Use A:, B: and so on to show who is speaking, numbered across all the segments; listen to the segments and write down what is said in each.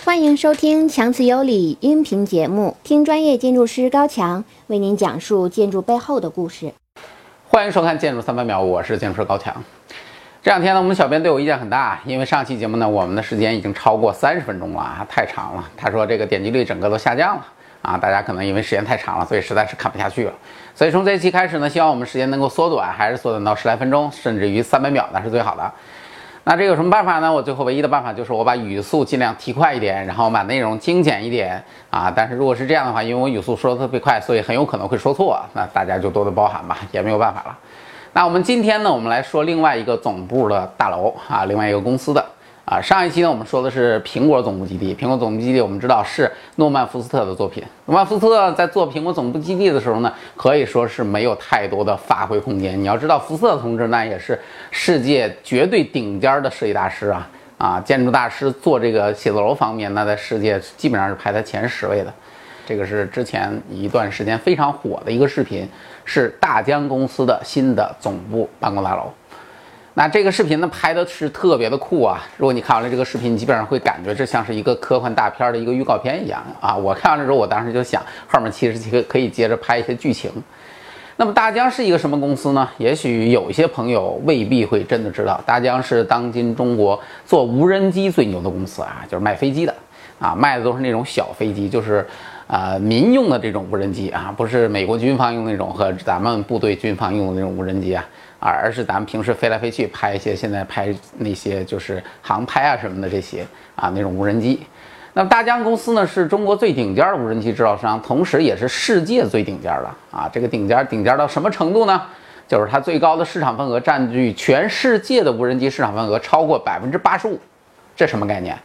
A: 欢迎收听强词有理音频节目，听专业建筑师高强为您讲述建筑背后的故事。
B: 欢迎收看《建筑300秒》，我是建筑师高强。这两天呢，我们小编对我意见很大，因为上期节目呢，我们的时间已经超过30分钟了啊，太长了。他说这个点击率整个都下降了啊，大家可能因为时间太长了，所以实在是看不下去了。所以从这一期开始呢，希望我们时间能够缩短，还是缩短到10来分钟，甚至于300秒，那是最好的。那这有什么办法呢？我最后唯一的办法就是我把语速尽量提快一点，然后把内容精简一点啊。但是如果是这样的话，因为我语速说的特别快，所以很有可能会说错，那大家就多多包涵吧，也没有办法了。那我们今天呢，我们来说另外一个总部的大楼啊，另外一个公司的啊。上一期呢，我们说的是苹果总部基地，苹果总部基地我们知道是诺曼福斯特的作品。诺曼福斯特在做苹果总部基地的时候呢，可以说是没有太多的发挥空间。你要知道，福斯特同志那也是世界绝对顶尖的设计大师啊，建筑大师，做这个写字楼方面，那在世界基本上是排在前10位的。这个是之前一段时间非常火的一个视频，是大疆公司的新的总部办公大楼。那这个视频呢，拍的是特别的酷啊！如果你看完了这个视频，你基本上会感觉这像是一个科幻大片的一个预告片一样啊！我看完了之后，我当时就想，后面其实可以接着拍一些剧情。那么大疆是一个什么公司呢？也许有一些朋友未必会真的知道，大疆是当今中国做无人机最牛的公司啊，就是卖飞机的啊，卖的都是那种小飞机，就是民用的这种无人机啊，不是美国军方用那种和咱们部队军方用的那种无人机啊，而是咱们平时飞来飞去拍一些现在拍那些就是航拍啊什么的这些啊那种无人机。那么大疆公司呢是中国最顶尖的无人机制造商，同时也是世界最顶尖的啊。这个顶尖到什么程度呢？就是它最高的市场份额占据全世界的无人机市场份额超过85%，这什么概念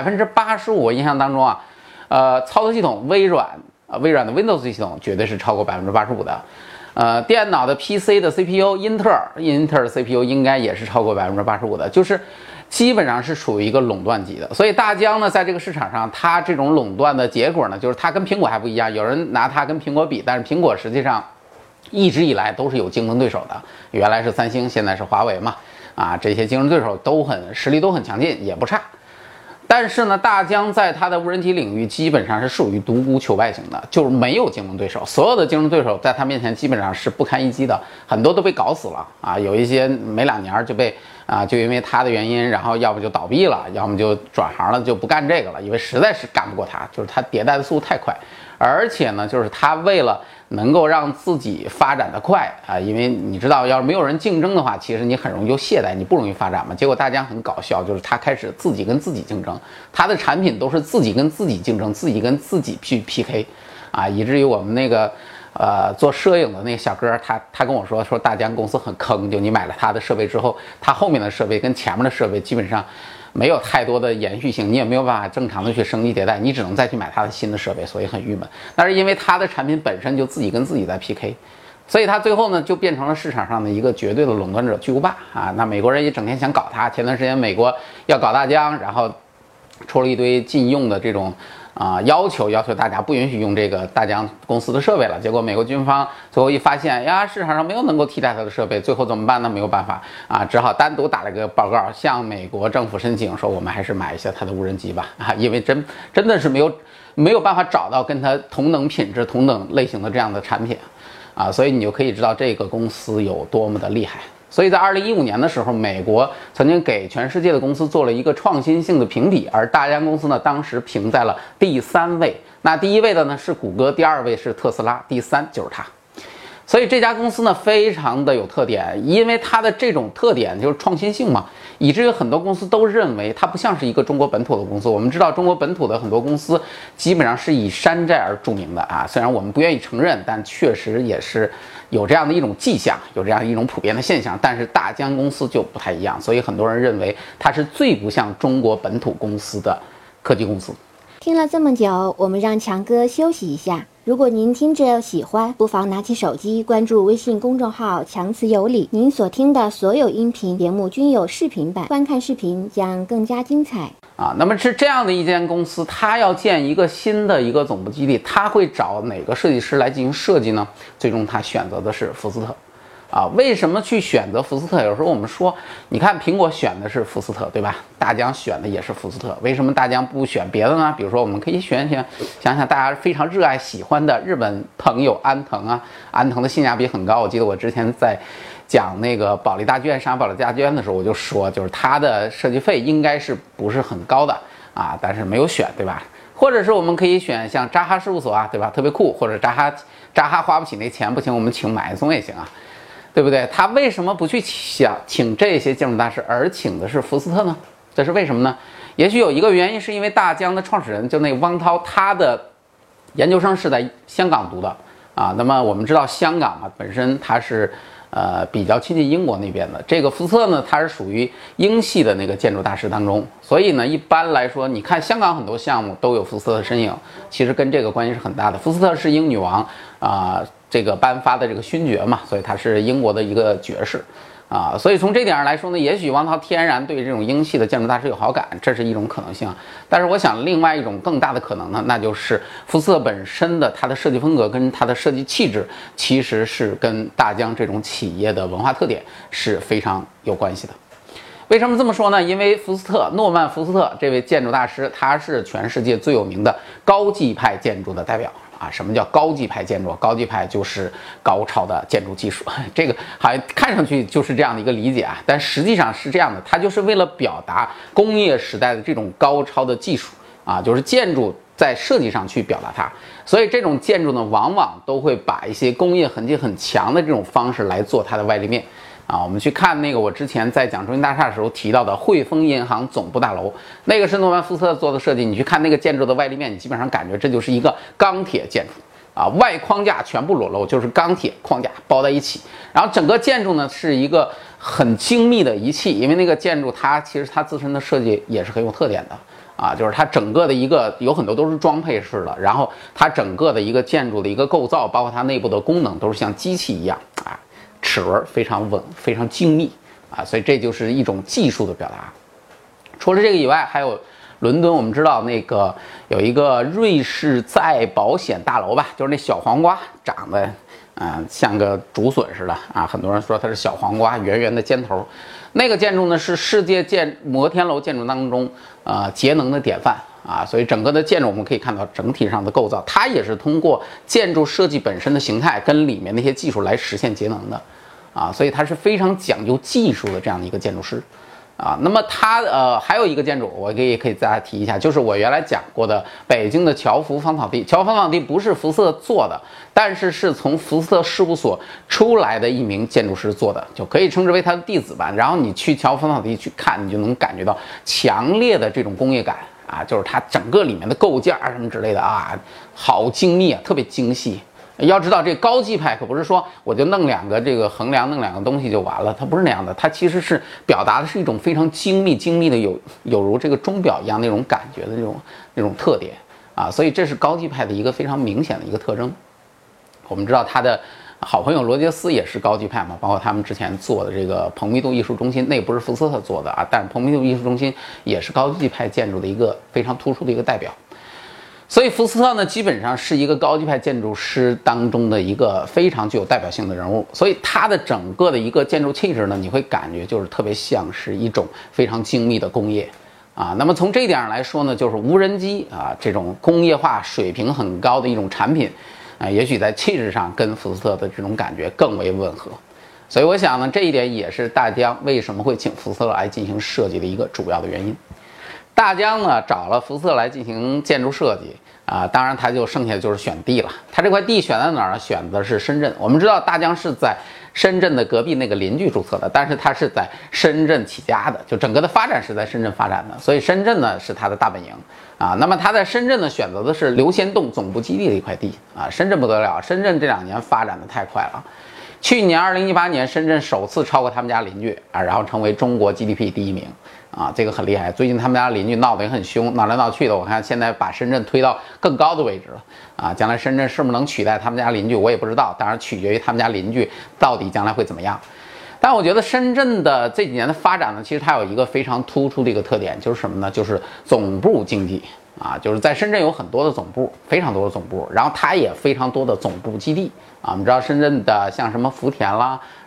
B: ？85%，我印象当中啊。操作系统微软的 Windows 系统绝对是超过85%的，电脑的 PC 的 CPU 英特尔的 CPU 应该也是超过85%的，就是基本上是属于一个垄断级的。所以大疆呢，在这个市场上，它这种垄断的结果呢，就是它跟苹果还不一样，有人拿它跟苹果比，但是苹果实际上一直以来都是有竞争对手的，原来是三星，现在是华为嘛，啊，这些竞争对手实力都很强劲，也不差。但是呢，大疆在它的无人机领域基本上是属于独孤求败型的，就是没有竞争对手，所有的竞争对手在它面前基本上是不堪一击的，很多都被搞死了啊，有一些没2年就被就因为它的原因，然后要不就倒闭了，要么就转行了，就不干这个了，因为实在是干不过它，就是它迭代的速度太快，而且呢，就是它为了能够让自己发展的快啊，因为你知道，要是没有人竞争的话，其实你很容易就懈怠，你不容易发展嘛。结果大疆很搞笑，就是他开始自己跟自己竞争，他的产品都是自己跟自己竞争，自己跟自己去 PK， 啊，以至于我们那个做摄影的那个小哥，他跟我说大疆公司很坑，就你买了他的设备之后，他后面的设备跟前面的设备基本上没有太多的延续性，你也没有办法正常的去升级迭代，你只能再去买它的新的设备，所以很郁闷。但是因为它的产品本身就自己跟自己在 PK， 所以它最后呢就变成了市场上的一个绝对的垄断者、巨无霸啊。那美国人也整天想搞它，前段时间美国要搞大疆，然后出了一堆禁用的这种要求大家不允许用这个大疆公司的设备了。结果美国军方最后一发现呀，市场上没有能够替代它的设备，最后怎么办呢？没有办法啊，只好单独打了个报告，向美国政府申请说，我们还是买一下它的无人机吧啊，因为真的是没有办法找到跟它同等品质、同等类型的这样的产品啊，所以你就可以知道这个公司有多么的厉害。所以在2015年的时候，美国曾经给全世界的公司做了一个创新性的评比，而大疆公司呢，当时评在了第3位。那第1位的呢是谷歌，第2位是特斯拉，第3就是它。所以这家公司呢非常的有特点，因为它的这种特点就是创新性嘛，以至于很多公司都认为它不像是一个中国本土的公司。我们知道中国本土的很多公司基本上是以山寨而著名的啊，虽然我们不愿意承认，但确实也是有这样的一种迹象，有这样一种普遍的现象。但是大疆公司就不太一样，所以很多人认为它是最不像中国本土公司的科技公司。
A: 听了这么久，我们让强哥休息一下。如果您听着喜欢，不妨拿起手机关注微信公众号强词有理。您所听的所有音频节目均有视频版，观看视频将更加精彩
B: 啊。那么是这样的一间公司，它要建一个新的一个总部基地，它会找哪个设计师来进行设计呢？最终它选择的是福斯特。 啊，为什么去选择福斯特？有时候我们说，你看苹果选的是福斯特，对吧？大疆选的也是福斯特，为什么大疆不选别的呢？比如说，我们可以想想大家非常热爱喜欢的日本朋友安藤啊，安藤的性价比很高。我记得我之前在讲那个保利大剧院、上海保利大剧院的时候，我就说，就是它的设计费应该是不是很高的啊，但是没有选，对吧？或者是我们可以选像扎哈事务所啊，对吧？特别酷，或者扎哈花不起那钱不行，我们请马岩松也行啊。对不对？他为什么不去请这些建筑大师，而请的是福斯特呢？这是为什么呢？也许有一个原因，是因为大疆的创始人就那汪涛，他的研究生是在香港读的啊。那么我们知道香港嘛，本身它是比较亲近英国那边的。这个福斯特呢，它是属于英系的那个建筑大师当中，所以呢，一般来说，你看香港很多项目都有福斯特的身影，其实跟这个关系是很大的。福斯特是英女王这个颁发的这个勋爵嘛，所以他是英国的一个爵士啊，所以从这点上来说呢，也许汪涛天然对这种英系的建筑大师有好感，这是一种可能性。但是我想另外一种更大的可能呢，那就是福斯特本身的它的设计风格跟它的设计气质，其实是跟大疆这种企业的文化特点是非常有关系的。为什么这么说呢？因为诺曼福斯特这位建筑大师，他是全世界最有名的高技派建筑的代表。啊，什么叫高技派建筑？高技派就是高超的建筑技术，这个好像看上去就是这样的一个理解啊，但实际上是这样的，它就是为了表达工业时代的这种高超的技术啊，就是建筑在设计上去表达它，所以这种建筑呢，往往都会把一些工业痕迹很强的这种方式来做它的外立面。啊，我们去看那个我之前在讲中信大厦的时候提到的汇丰银行总部大楼，那个是诺曼福斯特做的设计。你去看那个建筑的外立面，你基本上感觉这就是一个钢铁建筑啊，外框架全部裸露，就是钢铁框架包在一起。然后整个建筑呢是一个很精密的仪器，因为那个建筑它其实它自身的设计也是很有特点的啊，就是它整个的一个有很多都是装配式的，然后它整个的一个建筑的一个构造，包括它内部的功能都是像机器一样啊。齿轮非常稳，非常精密啊，所以这就是一种技术的表达。除了这个以外，还有伦敦，我们知道那个有一个瑞士再保险大楼吧，就是那小黄瓜长得像个竹笋似的啊，很多人说它是小黄瓜，圆圆的尖头。那个建筑呢是世界摩天楼建筑当中节能的典范啊，所以整个的建筑我们可以看到整体上的构造，它也是通过建筑设计本身的形态跟里面那些技术来实现节能的啊，所以它是非常讲究技术的这样的一个建筑师啊。那么它还有一个建筑，我也可以再提一下，就是我原来讲过的北京的侨福芳草地。侨福芳草地不是福斯特做的，但是是从福斯特事务所出来的一名建筑师做的，就可以称之为他的弟子吧。然后你去侨福芳草地去看，你就能感觉到强烈的这种工业感啊，就是它整个里面的构件什么之类的啊，好精密啊，特别精细。要知道这高技派可不是说我就弄两个这个横梁，弄两个东西就完了，它不是那样的，它其实是表达的是一种非常精密的有如这个钟表一样那种感觉的那种特点啊，所以这是高技派的一个非常明显的一个特征。我们知道他的好朋友罗杰斯也是高技派嘛，包括他们之前做的这个蓬皮杜艺术中心，那不是福斯特做的啊，但是蓬皮杜艺术中心也是高技派建筑的一个非常突出的一个代表。所以福斯特呢，基本上是一个高级派建筑师当中的一个非常具有代表性的人物，所以他的整个的一个建筑气质呢，你会感觉就是特别像是一种非常精密的工业啊。那么从这一点上来说呢，就是无人机啊这种工业化水平很高的一种产品啊，也许在气质上跟福斯特的这种感觉更为吻合。所以我想呢，这一点也是大疆为什么会请福斯特来进行设计的一个主要的原因。大疆呢找了福斯特来进行建筑设计啊，当然他就剩下就是选地了。他这块地选在哪儿呢？选的是深圳。我们知道大疆是在深圳的隔壁那个邻居注册的，但是他是在深圳起家的，就整个的发展是在深圳发展的，所以深圳呢是他的大本营啊。那么他在深圳呢选择的是刘仙洞总部基地的一块地啊。深圳不得了，深圳这2年发展的太快了。去年2018年，深圳首次超过他们家邻居啊，然后成为中国 GDP 第1名啊，这个很厉害。最近他们家邻居闹得也很凶，闹来闹去的，我看现在把深圳推到更高的位置了啊。将来深圳是不是能取代他们家邻居，我也不知道，当然取决于他们家邻居到底将来会怎么样。但我觉得深圳的这几年的发展呢，其实它有一个非常突出的一个特点，就是什么呢？就是总部经济啊，就是在深圳有很多的总部，非常多的总部，然后它也非常多的总部基地啊。我们知道深圳的像什么福田啦，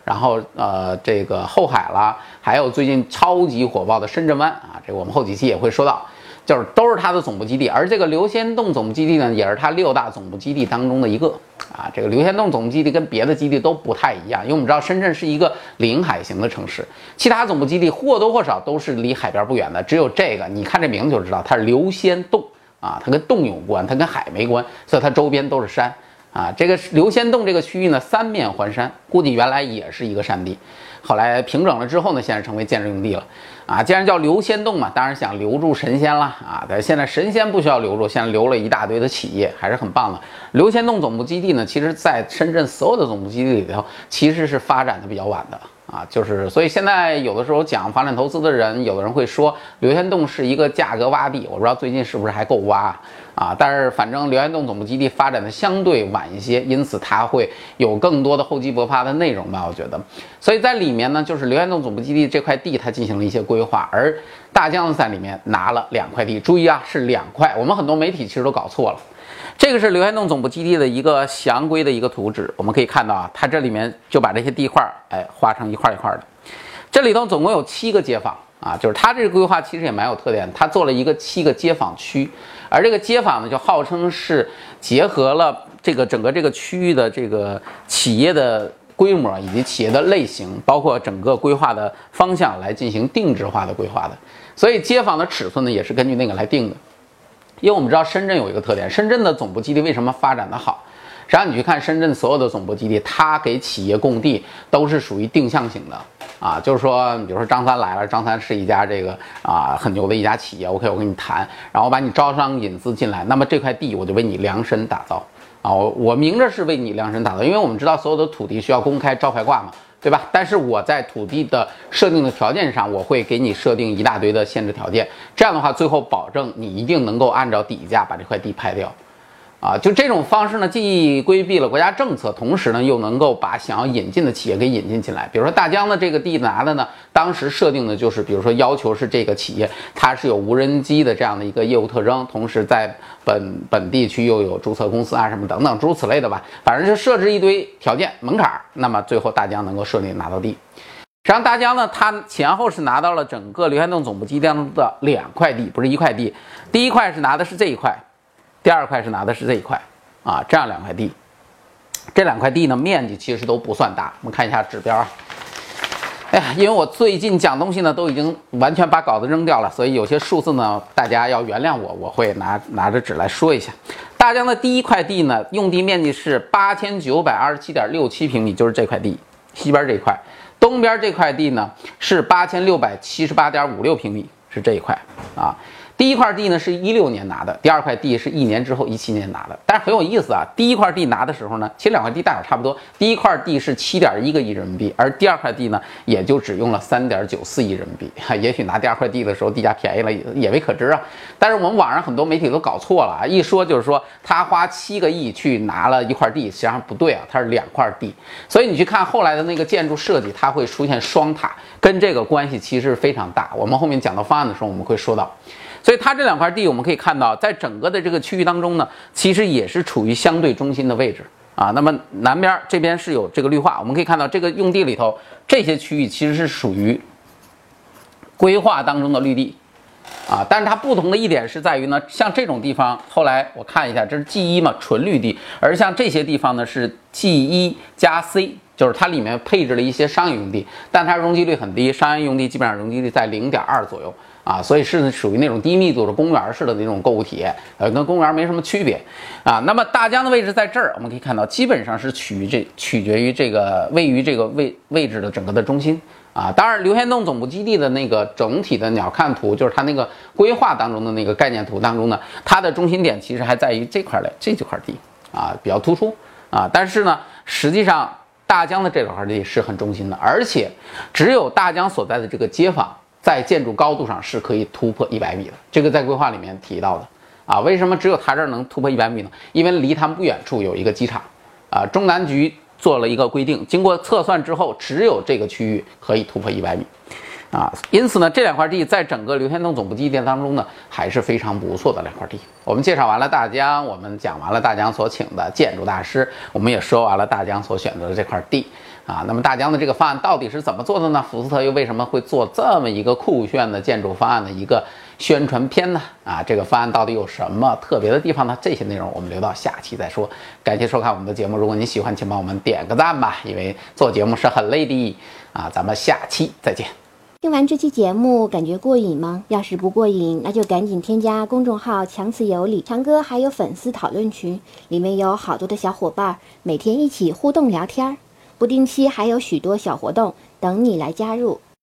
B: 然后这个后海啦，还有最近超级火爆的深圳湾啊，这个我们后几期也会说到。就是都是它的总部基地，而这个刘仙洞总部基地呢，也是它6大总部基地当中的一个啊。这个刘仙洞总部基地跟别的基地都不太一样，因为我们知道深圳是一个临海型的城市，其他总部基地或多或少都是离海边不远的，只有这个，你看这名字就知道它是刘仙洞啊，它跟洞有关，它跟海没关，所以它周边都是山啊。这个刘仙洞这个区域呢，三面环山，估计原来也是一个山地。后来平整了之后呢，现在成为建设用地了，啊，既然叫留仙洞嘛，当然想留住神仙了啊。但现在神仙不需要留住，现在留了一大堆的企业，还是很棒的。留仙洞总部基地呢，其实在深圳所有的总部基地里头，其实是发展的比较晚的。啊，就是所以现在有的时候讲房产投资的人，有的人会说留仙洞是一个价格洼地，我不知道最近是不是还够洼啊？但是反正留仙洞总部基地发展的相对晚一些，因此它会有更多的厚积薄发的内容吧，我觉得。所以在里面呢，就是留仙洞总部基地这块地，它进行了一些规划，而大疆在里面拿了2块地，注意啊，是2块，我们很多媒体其实都搞错了。这个是留仙洞总部基地的一个详规的一个图纸，我们可以看到啊，它这里面就把这些地块画成一块一块的。这里头总共有7个街坊啊，就是它这个规划其实也蛮有特点，它做了一个7个街坊区，而这个街坊呢，就号称是结合了这个整个这个区域的这个企业的规模以及企业的类型，包括整个规划的方向来进行定制化的规划的，所以街坊的尺寸呢也是根据那个来定的。因为我们知道深圳有一个特点，深圳的总部基地为什么发展的好？实际上你去看深圳所有的总部基地，它给企业供地都是属于定向型的啊，就是说，比如说张三来了，张三是一家这个很牛的一家企业 ，OK， 我跟你谈，然后我把你招商引资进来，那么这块地我就为你量身打造啊，我明着是为你量身打造，因为我们知道所有的土地需要公开招牌挂嘛。对吧？但是我在土地的设定的条件上，我会给你设定一大堆的限制条件，这样的话，最后保证你一定能够按照底价把这块地拍掉，啊，就这种方式呢，既规避了国家政策，同时呢，又能够把想要引进的企业给引进进来。比如说大疆的这个地拿的呢，当时设定的就是，比如说要求是这个企业它是有无人机的这样的一个业务特征，同时在本地区又有注册公司啊什么等等诸如此类的吧，反正就设置一堆条件门槛，那么最后大疆能够顺利拿到地。实际上大疆呢，它前后是拿到了整个留仙洞总部基地当中的2块地，不是1块地。第一块是拿的是这一块，第2块是拿的是这一块啊，这样2块地。这2块地呢，面积其实都不算大。我们看一下指标啊。哎呀，因为我最近讲东西呢，都已经完全把稿子扔掉了，所以有些数字呢，大家要原谅我，我会拿着纸来说一下。大疆的第一块地呢，用地面积是8927.67平米，就是这块地，西边这一块。东边这块地呢是8678.56平米，是这一块啊。第一块地呢是16年拿的，第2块地是1年之后17年拿的。但是很有意思啊，第一块地拿的时候呢，其实2块地大小差不多，第一块地是7.1个亿人民币，而第2块地呢也就只用了3.94亿人民币。也许拿第2块地的时候地价便宜了，也未可知啊。但是我们网上很多媒体都搞错了啊，一说就是说他花7个亿去拿了一块地，实际上不对啊，它是2块地。所以你去看后来的那个建筑设计，它会出现双塔，跟这个关系其实非常大。我们后面讲到方案的时候我们会说到。所以它这2块地，我们可以看到，在整个的这个区域当中呢，其实也是处于相对中心的位置啊。那么南边这边是有这个绿化，我们可以看到这个用地里头，这些区域其实是属于规划当中的绿地啊。但是它不同的一点是在于呢，像这种地方，后来我看一下，这是 G1 嘛，纯绿地，而像这些地方呢是 G1 加 C。就是它里面配置了一些商业用地，但它容积率很低，商业用地基本上容积率在0.2左右啊，所以是属于那种低密度的公园式的那种购物体验，跟公园没什么区别啊。那么大疆的位置在这儿，我们可以看到基本上是取决于这个位于这个位置的整个的中心啊。当然，留仙洞总部基地的那个整体的鸟瞰图，就是它那个规划当中的那个概念图当中呢，它的中心点其实还在于这块地啊，比较突出啊。但是呢，实际上大疆的这块地是很中心的，而且只有大疆所在的这个街坊在建筑高度上是可以突破100米的，这个在规划里面提到的啊。为什么只有它这儿能突破100米呢？因为离它们不远处有一个机场啊，中南局做了一个规定，经过测算之后，只有这个区域可以突破100米啊。因此呢，这2块地在整个留仙洞总部基地当中呢，还是非常不错的2块地。我们介绍完了大疆，我们讲完了大疆所请的建筑大师，我们也说完了大疆所选择的这块地啊。那么大疆的这个方案到底是怎么做的呢？福斯特又为什么会做这么一个酷炫的建筑方案的一个宣传片呢？啊，这个方案到底有什么特别的地方呢？这些内容我们留到下期再说。感谢收看我们的节目，如果您喜欢，请帮我们点个赞吧，因为做节目是很累的啊。咱们下期再见。
A: 听完这期节目，感觉过瘾吗？要是不过瘾，那就赶紧添加公众号强词有理，强哥还有粉丝讨论群，里面有好多的小伙伴，每天一起互动聊天，不定期还有许多小活动等你来加入。